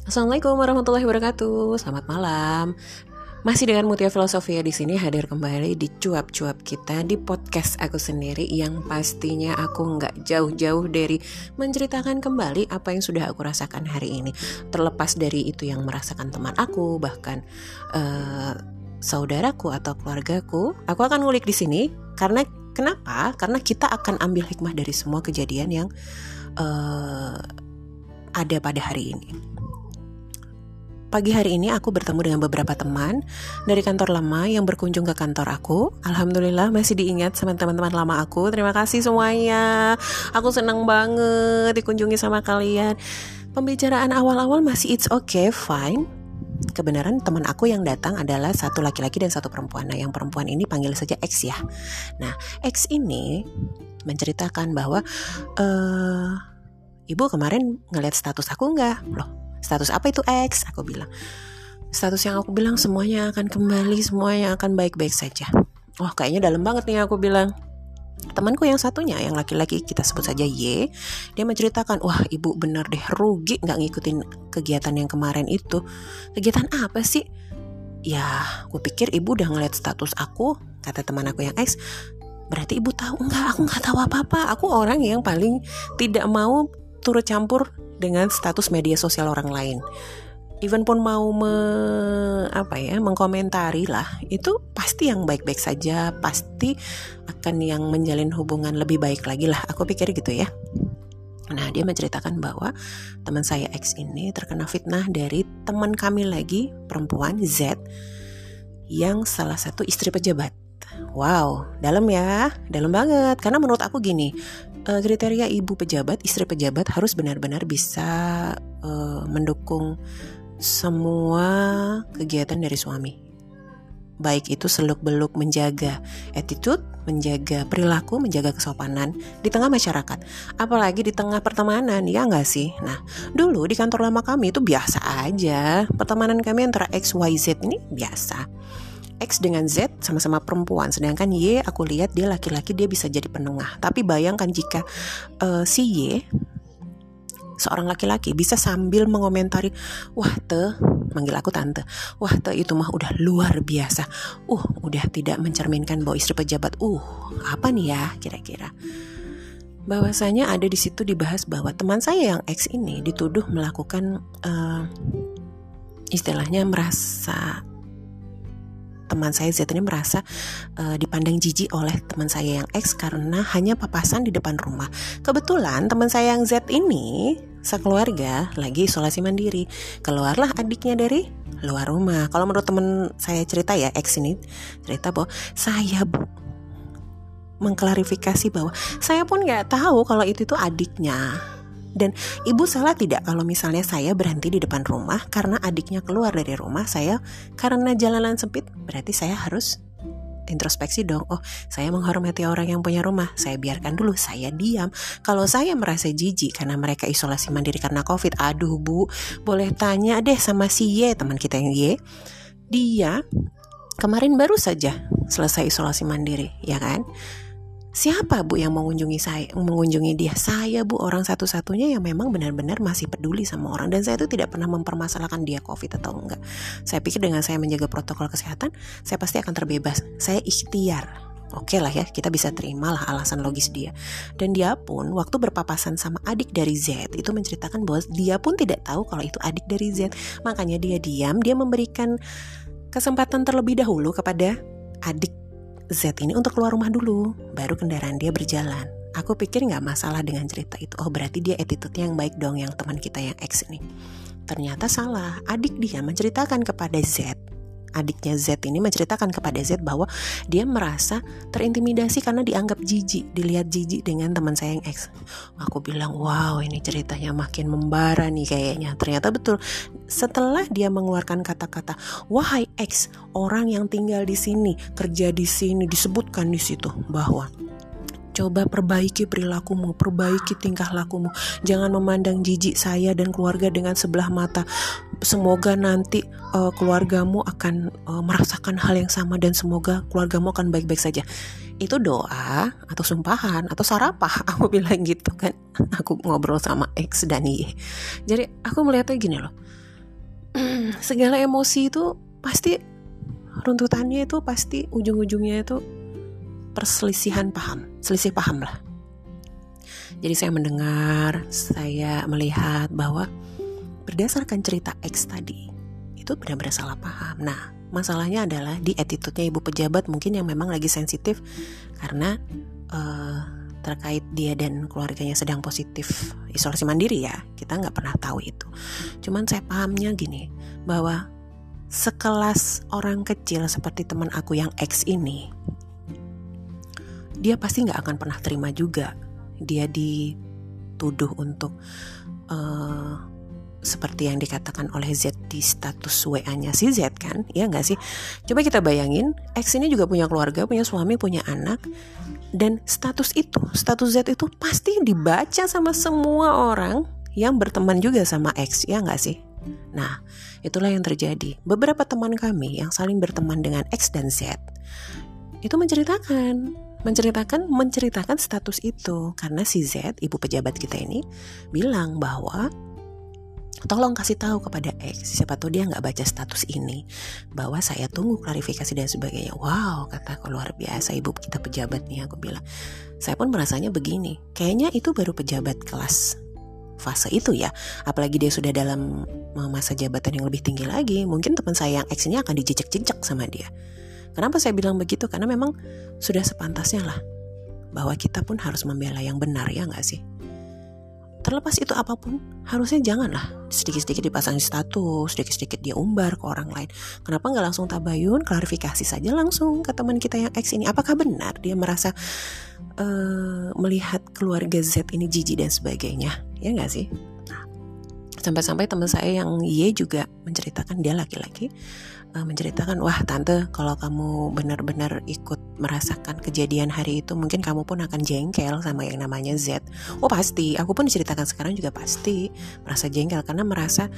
Assalamualaikum warahmatullahi wabarakatuh. Selamat malam. Masih dengan Mutia Filosofia di sini hadir kembali di cuap-cuap kita di podcast aku sendiri yang pastinya aku nggak jauh-jauh dari menceritakan kembali apa yang sudah aku rasakan hari ini. Terlepas dari itu yang merasakan teman aku, bahkan saudaraku atau keluargaku, aku akan ngulik di sini karena kenapa? Karena kita akan ambil hikmah dari semua kejadian yang ada pada hari ini. Pagi hari ini aku bertemu dengan beberapa teman dari kantor lama yang berkunjung ke kantor aku. Alhamdulillah masih diingat sama teman-teman lama aku. Terima kasih semuanya. Aku senang banget dikunjungi sama kalian. Pembicaraan awal-awal masih it's okay, fine. Kebenaran teman aku yang datang adalah satu laki-laki dan satu perempuan. Nah, yang perempuan ini panggil saja X ya. Nah, X ini menceritakan bahwa ibu kemarin ngeliat status aku enggak? Loh, status apa itu X? Aku bilang, status yang aku bilang semuanya akan kembali, semuanya akan baik-baik saja. Wah, kayaknya dalam banget nih aku bilang. Temanku yang satunya, yang laki-laki, kita sebut saja Y, dia menceritakan, wah ibu bener deh, rugi gak ngikutin kegiatan yang kemarin itu. Kegiatan apa sih? Ya, aku pikir ibu udah ngeliat status aku, kata teman aku yang X. Berarti ibu tahu? Enggak, aku gak tahu apa-apa. Aku orang yang paling tidak mau turut campur dengan status media sosial orang lain. Even pun mau mengkomentari lah, itu pasti yang baik-baik saja, pasti akan yang menjalin hubungan lebih baik lagi lah. Aku pikir gitu ya. Nah, dia menceritakan bahwa teman saya X ini terkena fitnah dari teman kami lagi, perempuan Z, yang salah satu istri pejabat. Wow, dalam ya, dalam banget. Karena menurut aku gini, kriteria ibu pejabat, istri pejabat harus benar-benar bisa mendukung semua kegiatan dari suami. Baik itu seluk-beluk menjaga attitude, menjaga perilaku, menjaga kesopanan di tengah masyarakat. Apalagi di tengah pertemanan, ya nggak sih? Nah, dulu di kantor lama kami itu biasa aja. Pertemanan kami antara X, Y, Z ini biasa. X dengan Z sama-sama perempuan, sedangkan Y aku lihat dia laki-laki, dia bisa jadi penengah. Tapi bayangkan jika si Y, seorang laki-laki, bisa sambil mengomentari, wah teh, manggil aku tante, wah teh itu mah udah luar biasa, udah tidak mencerminkan bahwa istri pejabat, apa nih ya kira-kira. Bahwasanya ada di situ dibahas bahwa teman saya yang X ini dituduh melakukan istilahnya merasa, teman saya Z ini merasa dipandang jijik oleh teman saya yang X karena hanya papasan di depan rumah. Kebetulan teman saya yang Z ini sekeluarga lagi isolasi mandiri. Keluarlah adiknya dari luar rumah. Kalau menurut teman saya cerita ya, X ini cerita bahwa saya mengklarifikasi bahwa saya pun gak tahu kalau itu tuh adiknya. Dan ibu salah tidak kalau misalnya saya berhenti di depan rumah karena adiknya keluar dari rumah saya, karena jalanan sempit, berarti saya harus introspeksi dong. Oh, saya menghormati orang yang punya rumah, saya biarkan dulu, saya diam. Kalau saya merasa jijik karena mereka isolasi mandiri karena COVID, aduh bu, boleh tanya deh sama si Y, teman kita yang Y. Dia kemarin baru saja selesai isolasi mandiri, ya kan? Siapa bu yang mengunjungi dia? Saya bu, orang satu-satunya yang memang benar-benar masih peduli sama orang. Dan saya itu tidak pernah mempermasalahkan dia COVID atau enggak. Saya pikir dengan saya menjaga protokol kesehatan, saya pasti akan terbebas. Saya ikhtiar. Oke lah ya, kita bisa terimalah alasan logis dia. Dan dia pun waktu berpapasan sama adik dari Z itu menceritakan bahwa dia pun tidak tahu kalau itu adik dari Z. Makanya dia diam, dia memberikan kesempatan terlebih dahulu kepada adik Z ini untuk keluar rumah dulu, baru kendaraan dia berjalan. Aku pikir gak masalah dengan cerita itu. Oh, berarti dia attitude-nya yang baik dong, yang teman kita yang X ini. Ternyata salah. Adik dia menceritakan kepada Z, adiknya Z ini menceritakan kepada Z bahwa dia merasa terintimidasi karena dianggap jijik, dilihat jijik dengan teman saya yang X. Aku bilang, wow, ini ceritanya makin membara nih kayaknya. Ternyata betul. Setelah dia mengeluarkan kata-kata, wahai X, orang yang tinggal di sini, kerja di sini, disebutkan di situ bahwa coba perbaiki perilakumu, perbaiki tingkah lakumu. Jangan memandang jijik saya dan keluarga dengan sebelah mata. Semoga nanti keluargamu akan merasakan hal yang sama dan semoga keluargamu akan baik-baik saja. Itu doa atau sumpahan atau sarapah, aku bilang gitu kan. Aku ngobrol sama X dan Y. Jadi aku melihatnya gini loh. segala emosi itu pasti runtutannya itu pasti ujung-ujungnya itu perselisihan paham, selisih paham lah. Jadi saya mendengar, saya melihat bahwa berdasarkan cerita X tadi itu benar-benar salah paham. Nah, masalahnya adalah di attitude-nya ibu pejabat mungkin yang memang lagi sensitif karena terkait dia dan keluarganya sedang positif isolasi mandiri ya. Kita nggak pernah tahu itu. Cuman saya pahamnya gini, bahwa sekelas orang kecil seperti teman aku yang X ini, dia pasti nggak akan pernah terima juga dia dituduh untuk seperti yang dikatakan oleh Z di status WA-nya si Z kan, ya nggak sih? Coba kita bayangin, X ini juga punya keluarga, punya suami, punya anak, dan status Z itu pasti dibaca sama semua orang yang berteman juga sama X, ya nggak sih? Nah, itulah yang terjadi. Beberapa teman kami yang saling berteman dengan X dan Z itu menceritakan status itu karena si Z, ibu pejabat kita ini, bilang bahwa tolong kasih tahu kepada X, siapa tahu dia nggak baca status ini, bahwa saya tunggu klarifikasi dan sebagainya. Wow, kataku luar biasa ibu kita pejabat nih, aku bilang. Saya pun merasanya begini, kayaknya itu baru pejabat kelas fase itu ya, apalagi dia sudah dalam masa jabatan yang lebih tinggi lagi, mungkin teman saya yang X ini akan dijejek-jejek sama dia. Kenapa saya bilang begitu? Karena memang sudah sepantasnya lah bahwa kita pun harus membela yang benar, ya nggak sih? Terlepas itu apapun, harusnya janganlah sedikit-sedikit dipasang status, sedikit-sedikit dia umbar ke orang lain. Kenapa nggak langsung tabayun, klarifikasi saja langsung ke teman kita yang X ini. Apakah benar dia merasa melihat keluarga Z ini jijik dan sebagainya, ya nggak sih? Nah, sampai-sampai teman saya yang Y juga menceritakan, dia laki-laki, menceritakan, wah tante, kalau kamu benar-benar ikut merasakan kejadian hari itu, mungkin kamu pun akan jengkel sama yang namanya Z. Oh pasti, aku pun diceritakan sekarang juga pasti merasa jengkel karena merasa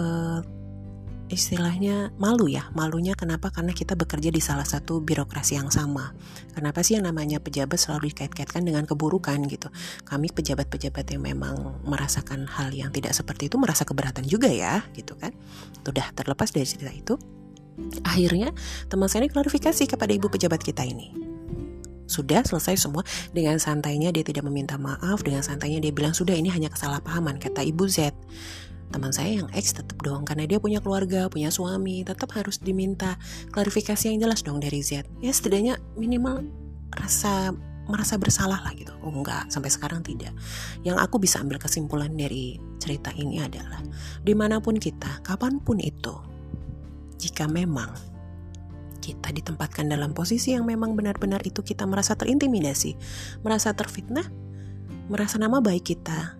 istilahnya malu ya. Malunya kenapa? Karena kita bekerja di salah satu birokrasi yang sama. Kenapa sih yang namanya pejabat selalu dikait-kaitkan dengan keburukan gitu? Kami pejabat-pejabat yang memang merasakan hal yang tidak seperti itu merasa keberatan juga ya, gitu kan. Sudah terlepas dari cerita itu, akhirnya teman saya ini klarifikasi kepada ibu pejabat kita ini. Sudah selesai semua, dengan santainya dia tidak meminta maaf, dengan santainya dia bilang sudah ini hanya kesalahpahaman, kata ibu Z. Teman saya yang X tetap dong, karena dia punya keluarga, punya suami, tetap harus diminta klarifikasi yang jelas dong dari Z. Ya setidaknya minimal merasa bersalah lah gitu. Oh enggak, sampai sekarang tidak. Yang aku bisa ambil kesimpulan dari cerita ini adalah dimanapun kita, kapanpun itu, jika memang kita ditempatkan dalam posisi yang memang benar-benar itu kita merasa terintimidasi, merasa terfitnah, merasa nama baik kita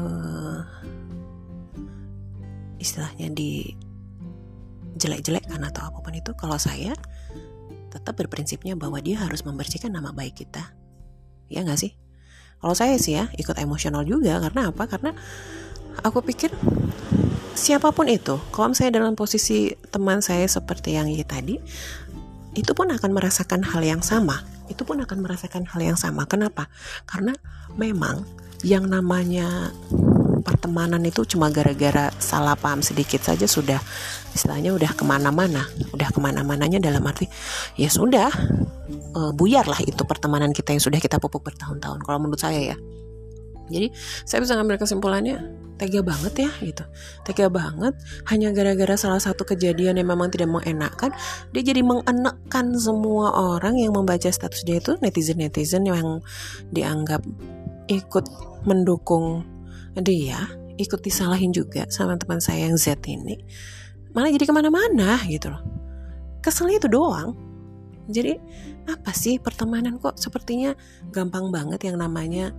istilahnya dijelek-jelekkan atau apapun itu, kalau saya tetap berprinsipnya bahwa dia harus membersihkan nama baik kita, ya nggak sih? Kalau saya sih ya ikut emosional juga, karena apa? Karena aku pikir siapapun itu, kalau saya dalam posisi teman saya seperti yang ini tadi, itu pun akan merasakan hal yang sama. Kenapa? Karena memang yang namanya pertemanan itu cuma gara-gara salah paham sedikit saja sudah istilahnya udah kemana-mananya dalam arti ya sudah buyar lah itu pertemanan kita yang sudah kita pupuk bertahun-tahun, kalau menurut saya ya. Jadi saya bisa ngambil kesimpulannya, tega banget ya gitu, tega banget hanya gara-gara salah satu kejadian yang memang tidak mengenakan, dia jadi mengenakkan semua orang yang membaca status dia itu, netizen yang dianggap ikut mendukung dia, ikut disalahin juga sama teman saya yang Z ini, malah jadi kemana-mana gitu loh. Keselnya itu doang. Jadi apa sih pertemanan kok sepertinya gampang banget yang namanya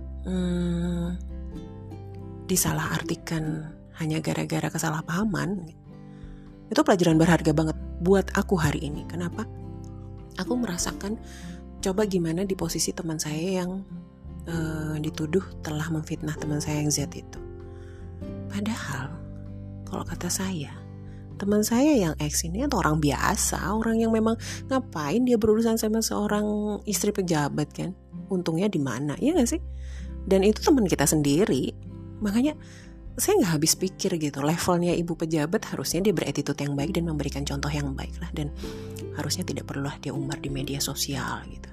disalahartikan hanya gara-gara kesalahpahaman. Itu pelajaran berharga banget buat aku hari ini. Kenapa? Aku merasakan coba gimana di posisi teman saya yang dituduh telah memfitnah teman saya yang Z itu. Padahal kalau kata saya, teman saya yang X ini atau orang biasa, orang yang memang ngapain dia berurusan sama seorang istri pejabat kan? Untungnya di mana? Iya nggak sih? Dan itu teman kita sendiri. Makanya saya nggak habis pikir gitu, levelnya ibu pejabat harusnya dia beretitude yang baik dan memberikan contoh yang baik lah, dan harusnya tidak perlulah dia umbar di media sosial gitu.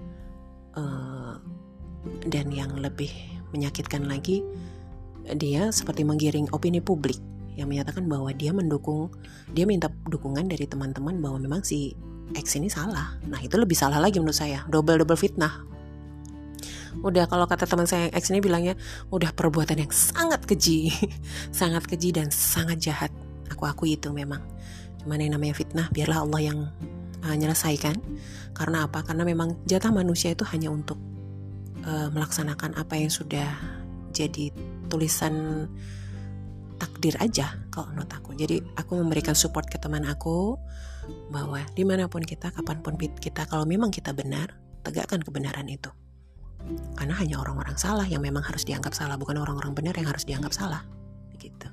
Dan yang lebih menyakitkan lagi, dia seperti menggiring opini publik yang menyatakan bahwa dia minta dukungan dari teman-teman bahwa memang si X ini salah. Nah itu lebih salah lagi menurut saya, double fitnah. Udah, kalau kata teman saya yang X ini bilangnya udah perbuatan yang sangat keji sangat keji dan sangat jahat. Aku akui itu memang, cuman yang namanya fitnah biarlah Allah yang menyelesaikan. Karena apa? Karena memang jatah manusia itu hanya untuk melaksanakan apa yang sudah jadi tulisan takdir aja kalau menurut aku. Jadi aku memberikan support ke teman aku bahwa dimanapun kita, kapanpun kita, kalau memang kita benar, tegakkan kebenaran itu. Karena hanya orang-orang salah yang memang harus dianggap salah, bukan orang-orang benar yang harus dianggap salah. Begitu.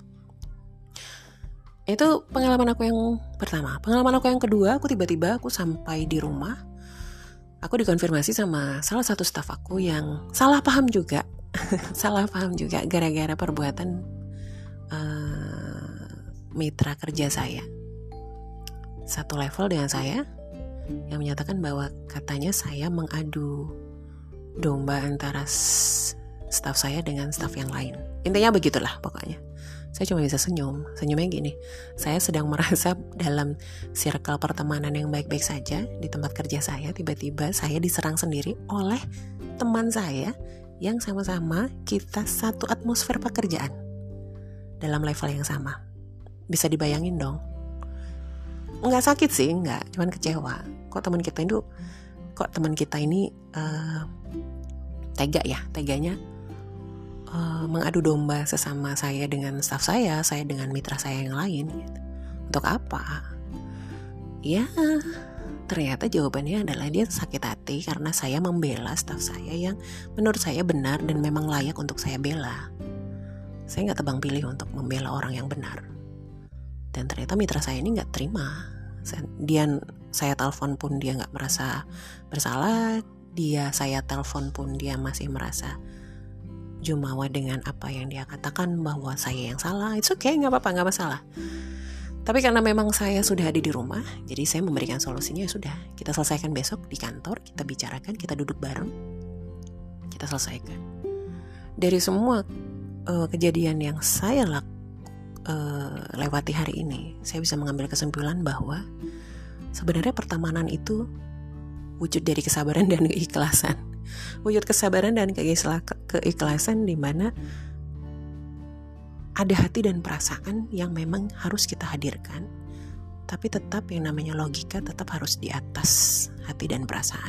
Itu pengalaman aku yang pertama. Pengalaman aku yang kedua, tiba-tiba aku sampai di rumah, aku dikonfirmasi sama salah satu staf aku yang salah paham juga gara-gara perbuatan mitra kerja saya satu level dengan saya, yang menyatakan bahwa katanya saya mengadu domba antara staf saya dengan staf yang lain. Intinya begitulah pokoknya. Saya cuma bisa senyumnya gini, saya sedang merasa dalam circle pertemanan yang baik-baik saja di tempat kerja saya, tiba-tiba saya diserang sendiri oleh teman saya yang sama-sama kita satu atmosfer pekerjaan dalam level yang sama. Bisa dibayangin dong. Nggak sakit sih, nggak, cuman kecewa. Kok teman kita ini teganya mengadu domba sesama saya dengan staf saya dengan mitra saya yang lain gitu. Untuk apa? Ya ternyata jawabannya adalah dia sakit hati karena saya membela staf saya yang menurut saya benar dan memang layak untuk saya bela. Saya gak tebang pilih untuk membela orang yang benar. Dan ternyata mitra saya ini gak terima. Saya telepon pun dia gak merasa bersalah. Saya telepon pun dia masih merasa jumawa dengan apa yang dia katakan bahwa saya yang salah. It's okay, gak apa-apa, gak masalah. Tapi karena memang saya sudah ada di rumah, jadi saya memberikan solusinya, ya sudah, kita selesaikan besok di kantor, kita bicarakan, kita duduk bareng, kita selesaikan. Dari semua kejadian yang saya lewati hari ini, saya bisa mengambil kesimpulan bahwa sebenarnya pertemanan itu wujud dari kesabaran dan keikhlasan. Wujud kesabaran dan keikhlasan di mana ada hati dan perasaan yang memang harus kita hadirkan, tapi tetap yang namanya logika tetap harus di atas hati dan perasaan.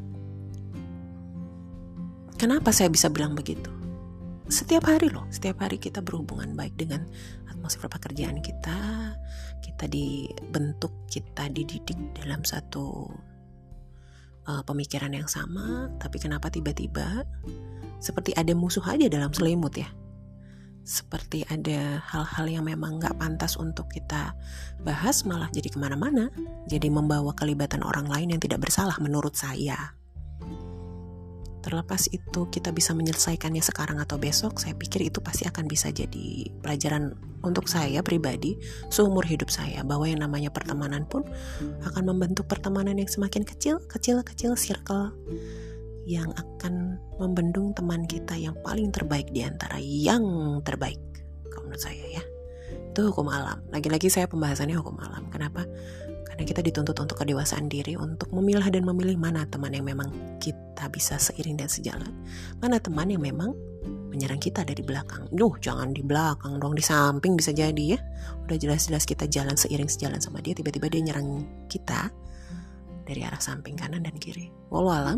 Kenapa saya bisa bilang begitu? Setiap hari kita berhubungan baik dengan atmosfer pekerjaan kita dibentuk, kita dididik dalam satu pemikiran yang sama, tapi kenapa tiba-tiba seperti ada musuh aja dalam selimut ya, seperti ada hal-hal yang memang gak pantas untuk kita bahas malah jadi kemana-mana, jadi membawa kelibatan orang lain yang tidak bersalah menurut saya. Terlepas itu kita bisa menyelesaikannya sekarang atau besok, saya pikir itu pasti akan bisa jadi pelajaran untuk saya pribadi seumur hidup saya, bahwa yang namanya pertemanan pun akan membentuk pertemanan yang semakin kecil circle yang akan membendung teman kita yang paling terbaik di antara yang terbaik, kalau menurut saya ya. Itu hukum alam. Lagi-lagi saya pembahasannya hukum alam. Kenapa? Karena kita dituntut untuk kedewasaan diri, untuk memilah dan memilih mana teman yang memang kita bisa seiring dan sejalan, mana teman yang memang menyerang kita dari belakang. Jangan di belakang dong, di samping bisa jadi ya. Udah jelas-jelas kita jalan sejalan sama dia, tiba-tiba dia nyerang kita dari arah samping kanan dan kiri. Wallahualam.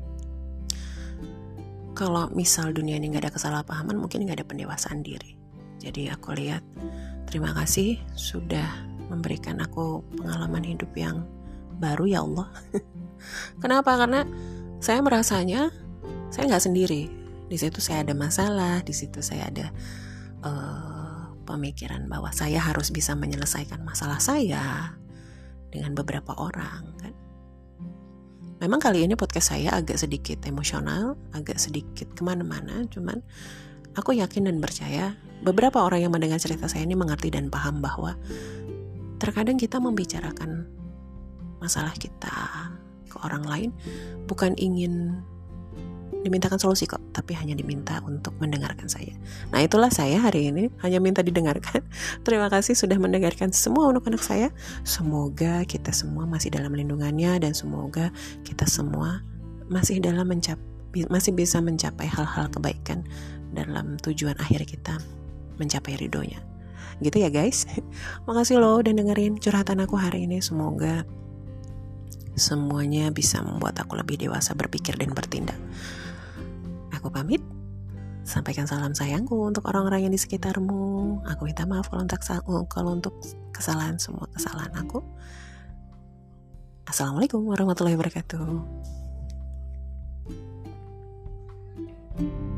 Kalau misal dunia ini gak ada kesalahpahaman, mungkin gak ada pendewasaan diri. Jadi aku lihat, terima kasih sudah memberikan aku pengalaman hidup yang baru ya Allah. Kenapa? Karena saya merasanya saya nggak sendiri. Di situ saya ada masalah, di situ saya ada pemikiran bahwa saya harus bisa menyelesaikan masalah saya dengan beberapa orang kan. Memang kali ini podcast saya agak sedikit emosional, agak sedikit kemana-mana, cuman Aku yakin dan percaya beberapa orang yang mendengar cerita saya ini mengerti dan paham bahwa terkadang kita membicarakan masalah kita ke orang lain bukan ingin dimintakan solusi kok, tapi hanya diminta untuk mendengarkan saya. Nah, itulah saya hari ini, hanya minta didengarkan. Terima kasih sudah mendengarkan semua unek-unek saya. Semoga kita semua masih dalam lindungannya, dan semoga kita semua masih bisa mencapai hal-hal kebaikan dalam tujuan akhir kita mencapai ridhonya. Gitu ya guys. Makasih loh udah dengerin curhatan aku hari ini. Semoga semuanya bisa membuat aku lebih dewasa berpikir dan bertindak. Aku pamit. Sampaikan salam sayangku untuk orang-orang yang di sekitarmu. Aku minta maaf kalau untuk semua kesalahan aku. Assalamualaikum warahmatullahi wabarakatuh.